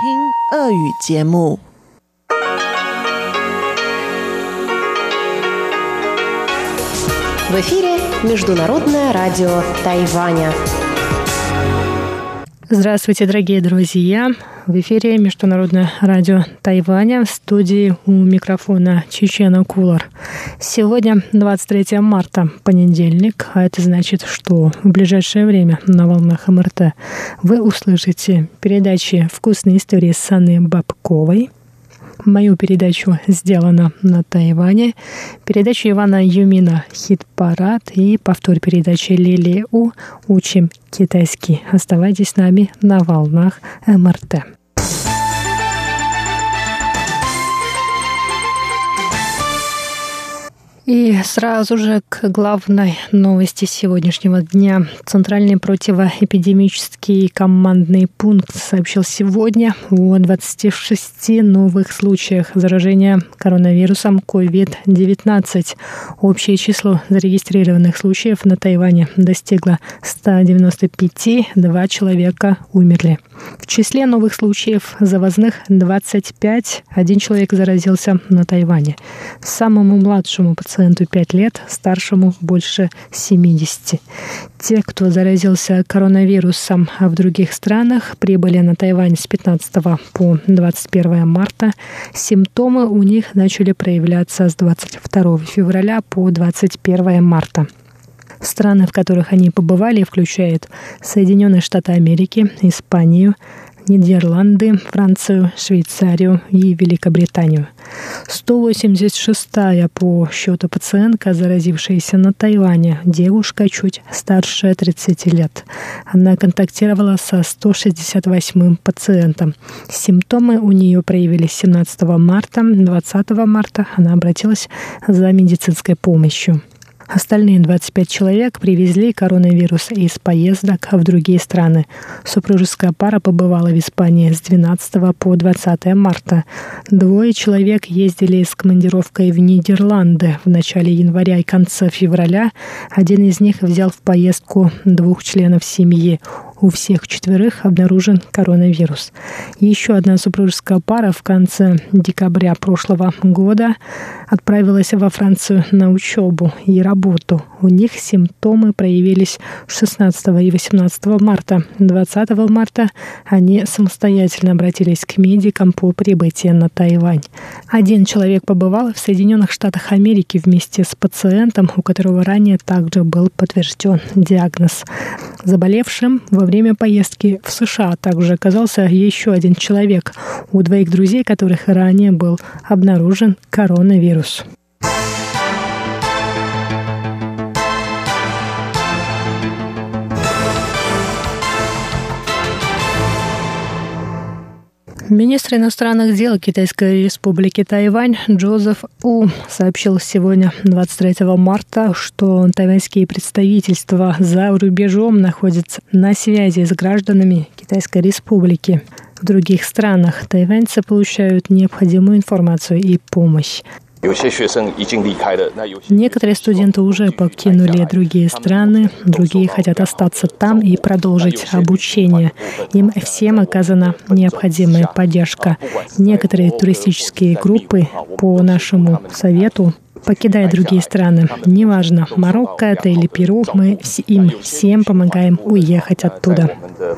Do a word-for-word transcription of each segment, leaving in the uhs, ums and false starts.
听俄语节目。 В эфире Международное радио Тайваня. Здравствуйте, дорогие друзья! В эфире Международное радио Тайваня, в студии у микрофона Чечена Кулар. Сегодня двадцать третьего марта, понедельник, а это значит, что в ближайшее время на волнах эм эр тэ вы услышите передачи «Вкусные истории» с Анной Бабковой. Мою передачу «Сделано на Тайване», передачу Ивана Юмина «Хит-парад» и повтор передачи Лили У «Учим китайский». Оставайтесь с нами на волнах эм эр тэ. И сразу же к главной новости сегодняшнего дня. Центральный противоэпидемический командный пункт сообщил сегодня о двадцати шести новых случаях заражения коронавирусом ковид девятнадцать. Общее число зарегистрированных случаев на Тайване достигло ста девяноста пяти, два человека умерли. В числе новых случаев завозных двадцать пять, один человек заразился на Тайване. Самому младшему пациенту пять лет, старшему больше семидесяти. Те, кто заразился коронавирусом в других странах, прибыли на Тайвань с пятнадцатого по двадцать первое марта. Симптомы у них начали проявляться с двадцать второго февраля по двадцать первое марта. Страны, в которых они побывали, включают Соединенные Штаты Америки, Испанию, Нидерланды, Францию, Швейцарию и Великобританию. сто восемьдесят шестая по счету пациентка, заразившаяся на Тайване, девушка чуть старше тридцати лет. Она контактировала со сто шестьдесят восьмым пациентом. Симптомы у нее проявились семнадцатого марта. двадцатого марта она обратилась за медицинской помощью. Остальные двадцать пять человек привезли коронавирус из поездок в другие страны. Супружеская пара побывала в Испании с двенадцатого по двадцатое марта. Двое человек ездили с командировкой в Нидерланды в начале января и конце февраля. Один из них взял в поездку двух членов семьи. У всех четверых обнаружен коронавирус. Еще одна супружеская пара в конце декабря прошлого года отправилась во Францию на учебу и работу. У них симптомы проявились шестнадцатого и восемнадцатого марта. двадцатого марта они самостоятельно обратились к медикам по прибытии на Тайвань. Один человек побывал в Соединенных Штатах Америки вместе с пациентом, у которого ранее также был подтвержден диагноз. Заболевшим во время поездки в США также оказался еще один человек, у двоих друзей которых ранее был обнаружен коронавирус. Министр иностранных дел Китайской республики Тайвань Джозеф У сообщил сегодня, двадцать третьего марта, что тайваньские представительства за рубежом находятся на связи с гражданами Китайской республики. В других странах тайваньцы получают необходимую информацию и помощь. Некоторые студенты уже покинули другие страны, другие хотят остаться там и продолжить обучение. Им всем оказана необходимая поддержка. Некоторые туристические группы по нашему совету покидая другие страны. Неважно, Марокко это или Перу, мы им всем помогаем уехать оттуда.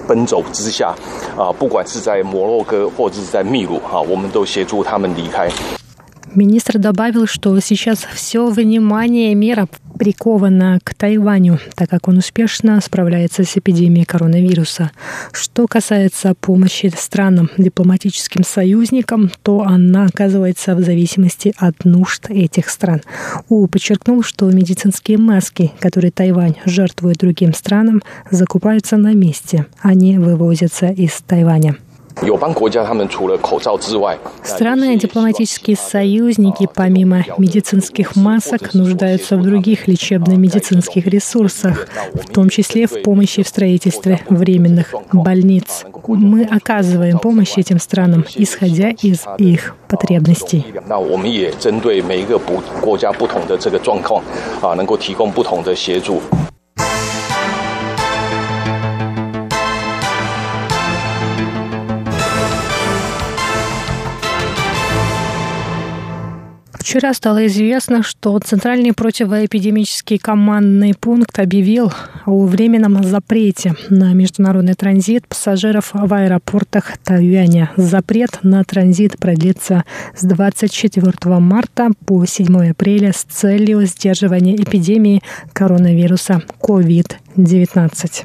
Министр добавил, что сейчас все внимание мира приковано к Тайваню, так как он успешно справляется с эпидемией коронавируса. Что касается помощи странам, дипломатическим союзникам, то она оказывается в зависимости от нужд этих стран. У подчеркнул, что медицинские маски, которые Тайвань жертвует другим странам, закупаются на месте, а не вывозятся из Тайваня. Страны, дипломатические союзники, помимо медицинских масок, нуждаются в других лечебно-медицинских ресурсах, в том числе в помощи в строительстве временных больниц. Мы оказываем помощь этим странам, исходя из их потребностей. Вчера стало известно, что Центральный противоэпидемический командный пункт объявил о временном запрете на международный транзит пассажиров в аэропортах Тайваня. Запрет на транзит продлится с двадцать четвёртого марта по седьмое апреля с целью сдерживания эпидемии коронавируса ковид девятнадцать.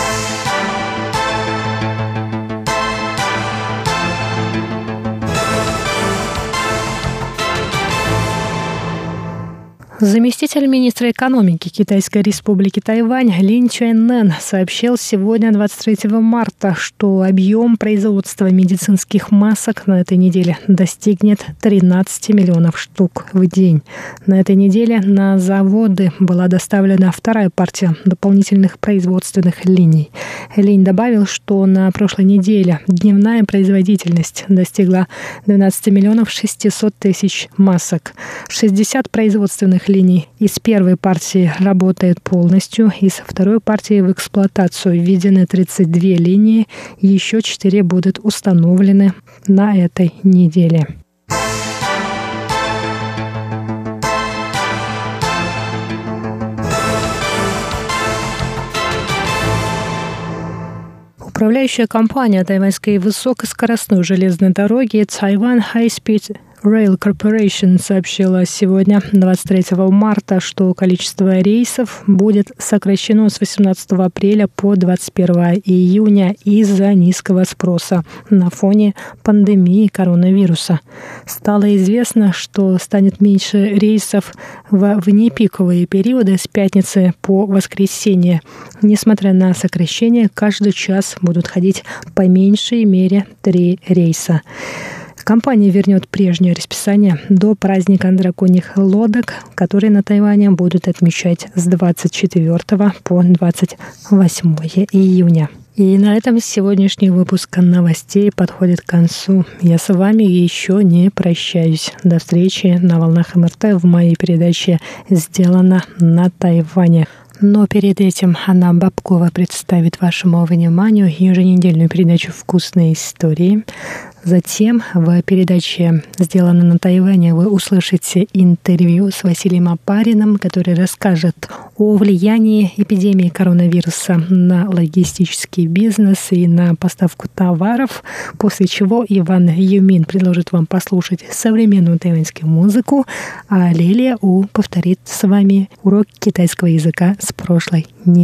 Заместитель министра экономики Китайской республики Тайвань Лин Чуэнэн сообщил сегодня, двадцать третьего марта, что объем производства медицинских масок на этой неделе достигнет тринадцать миллионов штук в день. На этой неделе на заводы была доставлена вторая партия дополнительных производственных линий. Лин добавил, что на прошлой неделе дневная производительность достигла двенадцать миллионов шестьсот тысяч масок. шестьдесят производственных линий из первой партии работает полностью, из второй партии в эксплуатацию введены тридцать две линии, еще четыре будут установлены на этой неделе. Управляющая компания тайваньской высокоскоростной железной дороги Taiwan High Speed Rail Corporation сообщила сегодня, двадцать третьего марта, что количество рейсов будет сокращено с восемнадцатого апреля по двадцать первого июня из-за низкого спроса на фоне пандемии коронавируса. Стало известно, что станет меньше рейсов в внепиковые периоды с пятницы по воскресенье. Несмотря на сокращение, каждый час будут ходить по меньшей мере три рейса. Компания вернет прежнее расписание до праздника драконьих лодок, который на Тайване будут отмечать с двадцать четвёртого по двадцать восьмое июня. И на этом сегодняшний выпуск новостей подходит к концу. Я с вами еще не прощаюсь. До встречи на волнах эм эр тэ в моей передаче «Сделано на Тайване». Но перед этим Анна Бабкова представит вашему вниманию еженедельную передачу «Вкусные истории». Затем в передаче «Сделано на Тайване» вы услышите интервью с Василием Опариным, который расскажет о влиянии эпидемии коронавируса на логистический бизнес и на поставку товаров, после чего Иван Юмин предложит вам послушать современную тайваньскую музыку, а Лилия У повторит с вами урок китайского языка с прошлой недели.